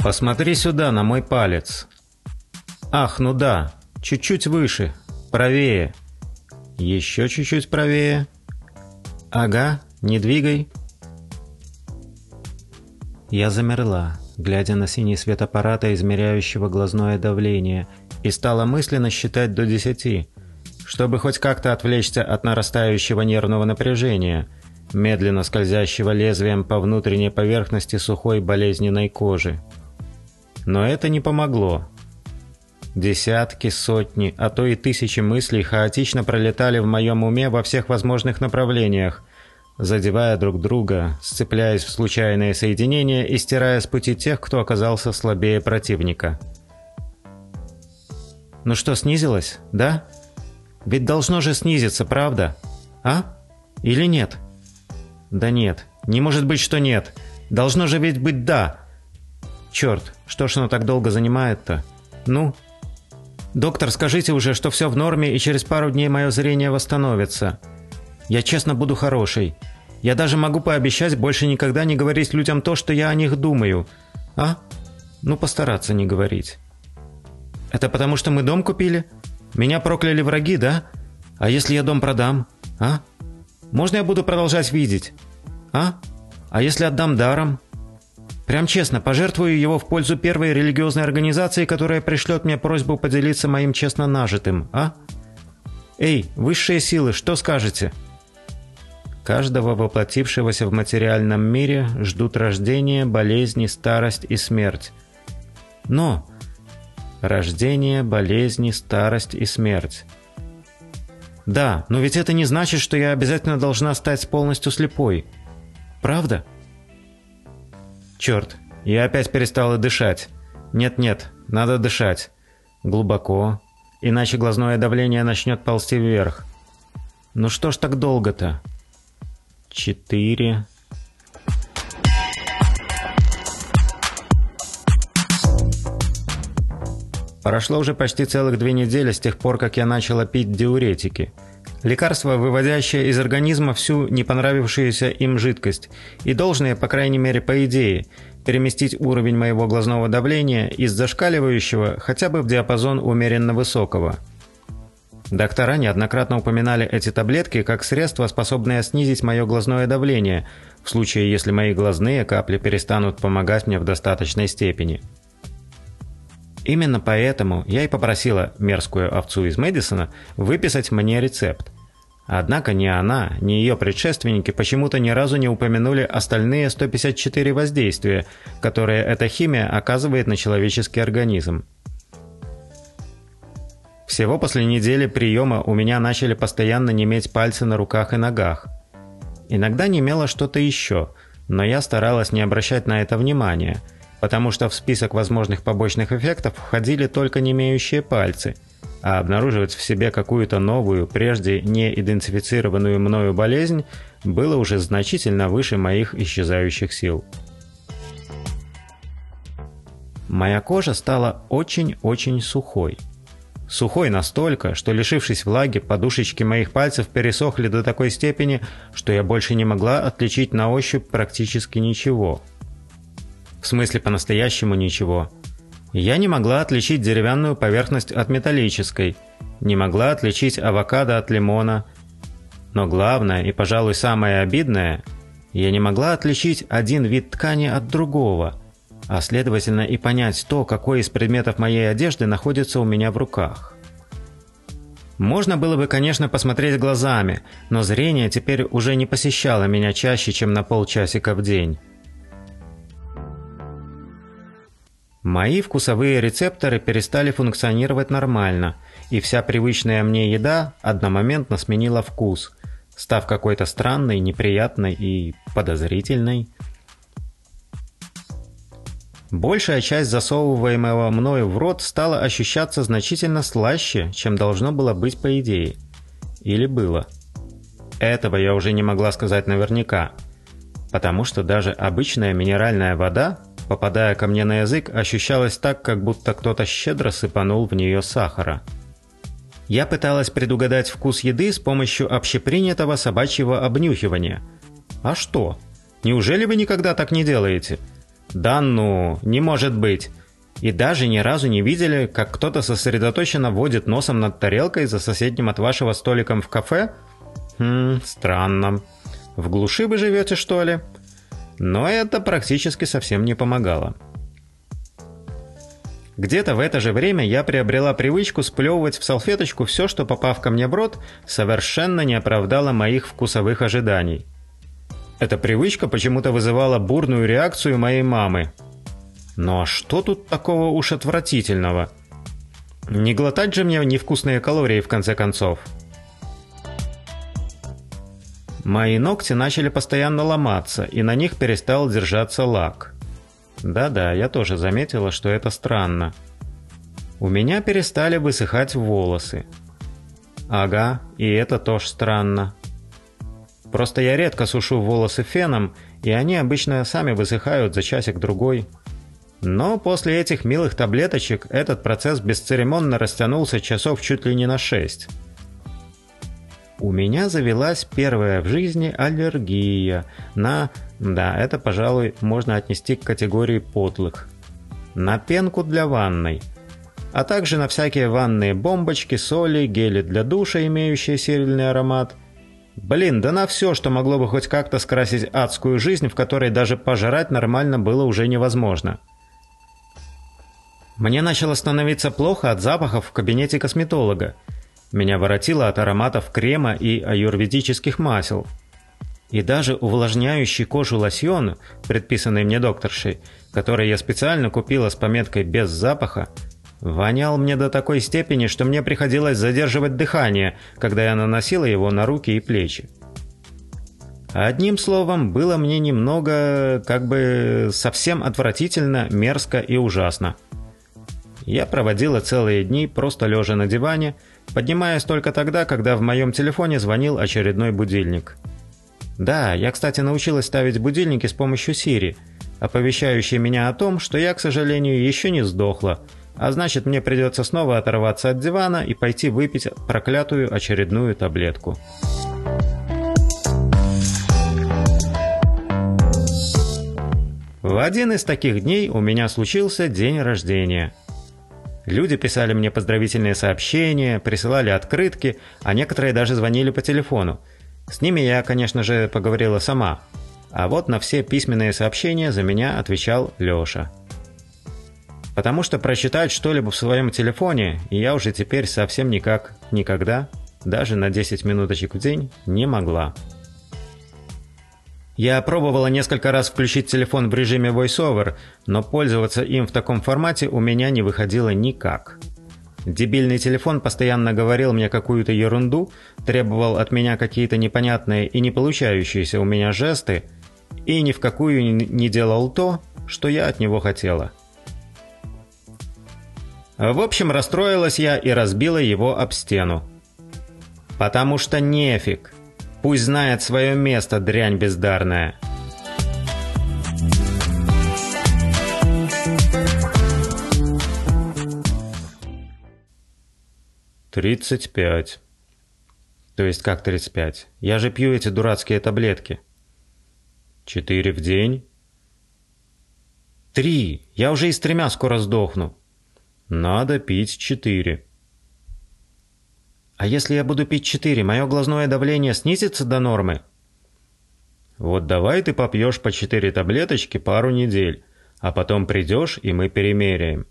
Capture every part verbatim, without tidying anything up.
Посмотри сюда, на мой палец. Ах, ну да, чуть-чуть выше, правее. Еще чуть-чуть правее. Ага, не двигай. Я замерла, глядя на синий свет аппарата, измеряющего глазное давление, и стала мысленно считать до десяти, чтобы хоть как-то отвлечься от нарастающего нервного напряжения, медленно скользящего лезвием по внутренней поверхности сухой болезненной кожи. Но это не помогло. Десятки, сотни, а то и тысячи мыслей хаотично пролетали в моем уме во всех возможных направлениях, задевая друг друга, сцепляясь в случайные соединения и стирая с пути тех, кто оказался слабее противника. Ну что, снизилось, да? Ведь должно же снизиться, правда? А? Или нет? Да нет, не может быть, что нет. Должно же ведь быть да. Черт, что ж оно так долго занимает-то? Ну? Доктор, скажите уже, что все в норме и через пару дней мое зрение восстановится. Я честно буду хорошей. Я даже могу пообещать больше никогда не говорить людям то, что я о них думаю. А? Ну, постараться не говорить. Это потому, что мы дом купили? Меня прокляли враги, да? А если я дом продам? А? Можно я буду продолжать видеть? А? А если отдам даром? Прям честно, пожертвую его в пользу первой религиозной организации, которая пришлет мне просьбу поделиться моим честно нажитым, а? Эй, высшие силы, что скажете? Каждого воплотившегося в материальном мире ждут рождение, болезни, старость и смерть. Но... Рождение, болезни, старость и смерть. Да, но ведь это не значит, что я обязательно должна стать полностью слепой. Правда? Черт, я опять перестала дышать. Нет-нет, надо дышать. Глубоко, иначе глазное давление начнет ползти вверх. Ну что ж так долго-то? Четыре... Прошло уже почти целых две недели с тех пор, как я начала пить диуретики. Лекарство, выводящее из организма всю не понравившуюся им жидкость, и должное, по крайней мере по идее, переместить уровень моего глазного давления из зашкаливающего хотя бы в диапазон умеренно высокого. Доктора неоднократно упоминали эти таблетки как средство, способное снизить мое глазное давление, в случае, если мои глазные капли перестанут помогать мне в достаточной степени. Именно поэтому я и попросила мерзкую овцу из Мэдисона выписать мне рецепт. Однако ни она, ни ее предшественники почему-то ни разу не упомянули остальные сто пятьдесят четыре воздействия, которые эта химия оказывает на человеческий организм. Всего после недели приема у меня начали постоянно неметь пальцы на руках и ногах. Иногда немело что-то еще, но я старалась не обращать на это внимания, потому что в список возможных побочных эффектов входили только немеющие пальцы, а обнаруживать в себе какую-то новую, прежде не идентифицированную мною болезнь было уже значительно выше моих исчезающих сил. Моя кожа стала очень-очень сухой. Сухой настолько, что, лишившись влаги, подушечки моих пальцев пересохли до такой степени, что я больше не могла отличить на ощупь практически ничего. В смысле, по-настоящему ничего. Я не могла отличить деревянную поверхность от металлической, не могла отличить авокадо от лимона. Но главное и, пожалуй, самое обидное, я не могла отличить один вид ткани от другого, а следовательно и понять то, какой из предметов моей одежды находится у меня в руках. Можно было бы, конечно, посмотреть глазами, но зрение теперь уже не посещало меня чаще, чем на полчасика в день. Мои вкусовые рецепторы перестали функционировать нормально, и вся привычная мне еда одномоментно сменила вкус, став какой-то странной, неприятной и подозрительной. Большая часть засовываемого мною в рот стала ощущаться значительно слаще, чем должно было быть по идее. Или было. Этого я уже не могла сказать наверняка, потому что даже обычная минеральная вода, попадая ко мне на язык, ощущалась так, как будто кто-то щедро сыпанул в нее сахара. Я пыталась предугадать вкус еды с помощью общепринятого собачьего обнюхивания. А что? Неужели вы никогда так не делаете? Да ну, не может быть. И даже ни разу не видели, как кто-то сосредоточенно водит носом над тарелкой за соседним от вашего столиком в кафе? Хм, странно. В глуши вы живете, что ли? Но это практически совсем не помогало. Где-то в это же время я приобрела привычку сплевывать в салфеточку все, что, попав ко мне в рот, совершенно не оправдало моих вкусовых ожиданий. Эта привычка почему-то вызывала бурную реакцию моей мамы. Ну а что тут такого уж отвратительного? Не глотать же мне невкусные калории, в конце концов. Мои ногти начали постоянно ломаться, и на них перестал держаться лак. Да-да, я тоже заметила, что это странно. У меня перестали высыхать волосы. Ага, и это тоже странно. Просто я редко сушу волосы феном, и они обычно сами высыхают за часик-другой. Но после этих милых таблеточек этот процесс бесцеремонно растянулся часов чуть ли не на шесть. У меня завелась первая в жизни аллергия на... Да, это, пожалуй, можно отнести к категории подлых. На пенку для ванной. А также на всякие ванные бомбочки, соли, гели для душа, имеющие сильный аромат. Блин, да на все, что могло бы хоть как-то скрасить адскую жизнь, в которой даже пожрать нормально было уже невозможно. Мне начало становиться плохо от запахов в кабинете косметолога. Меня воротило от ароматов крема и аюрведических масел. И даже увлажняющий кожу лосьон, предписанный мне докторшей, который я специально купила с пометкой «без запаха», вонял мне до такой степени, что мне приходилось задерживать дыхание, когда я наносила его на руки и плечи. Одним словом, было мне немного, как бы, совсем отвратительно, мерзко и ужасно. Я проводила целые дни, просто лежа на диване, поднимаясь только тогда, когда в моем телефоне звонил очередной будильник. Да, я, кстати, научилась ставить будильники с помощью Siri, оповещающие меня о том, что я, к сожалению, еще не сдохла, а значит, мне придется снова оторваться от дивана и пойти выпить проклятую очередную таблетку. В один из таких дней у меня случился день рождения. Люди писали мне поздравительные сообщения, присылали открытки, а некоторые даже звонили по телефону. С ними я, конечно же, поговорила сама. А вот на все письменные сообщения за меня отвечал Лёша. Потому что прочитать что-либо в своем телефоне я уже теперь совсем никак, никогда, даже на десять минуточек в день не могла. Я пробовала несколько раз включить телефон в режиме voice-over, но пользоваться им в таком формате у меня не выходило никак. Дебильный телефон постоянно говорил мне какую-то ерунду, требовал от меня какие-то непонятные и не получающиеся у меня жесты, и ни в какую не делал то, что я от него хотела. В общем, расстроилась я и разбила его об стену. Потому что нефиг. Пусть знает свое место, дрянь бездарная. Тридцать пять. То есть как тридцать пять? Я же пью эти дурацкие таблетки. Четыре в день? Три. Я уже и с тремя скоро сдохну. Надо пить четыре. А если я буду пить четыре, мое глазное давление снизится до нормы? Вот давай ты попьешь по четыре таблеточки пару недель, а потом придешь, и мы перемеряем.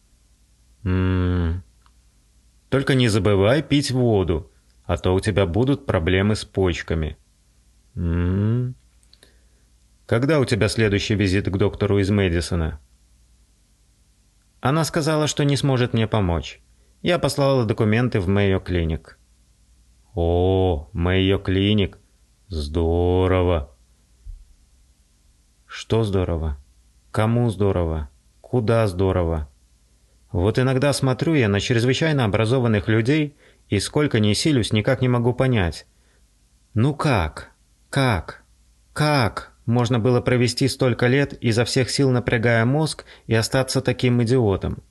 М-м. Только не забывай пить воду, а то у тебя будут проблемы с почками. М-м. Когда у тебя следующий визит к доктору из Мэдисона? Она сказала, что не сможет мне помочь. Я послала документы в Мэйо Клиник. О, Мэйо Клиник. Здорово. Что здорово? Кому здорово? Куда здорово? Вот иногда смотрю я на чрезвычайно образованных людей и сколько ни силюсь, никак не могу понять. Ну как? Как? Как можно было провести столько лет, изо всех сил напрягая мозг, и остаться таким идиотом?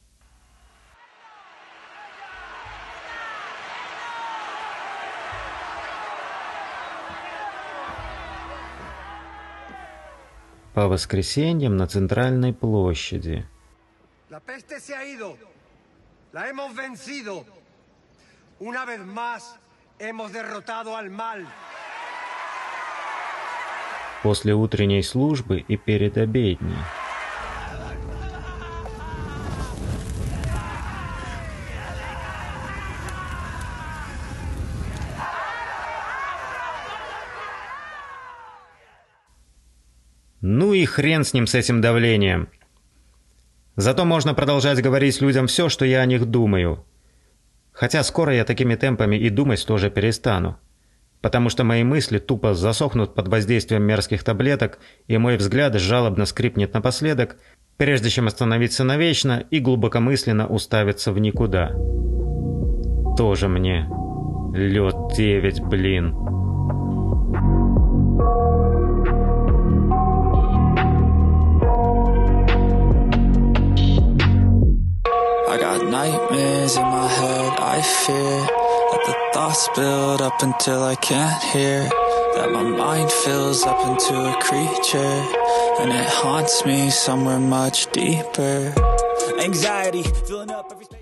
по воскресеньям на центральной площади. La peste se ha ido. La hemos vencido. Una vez más hemos derrotado al mal. После утренней службы и перед обедней. Ну и хрен с ним, с этим давлением. Зато можно продолжать говорить людям все, что я о них думаю. Хотя скоро я такими темпами и думать тоже перестану. Потому что мои мысли тупо засохнут под воздействием мерзких таблеток, и мой взгляд жалобно скрипнет напоследок, прежде чем остановиться навечно и глубокомысленно уставиться в никуда. Тоже мне лед девять, блин. Nightmares in my head, I fear that the thoughts build up until I can't hear, that my mind fills up into a creature, and it haunts me somewhere much deeper. Anxiety filling up every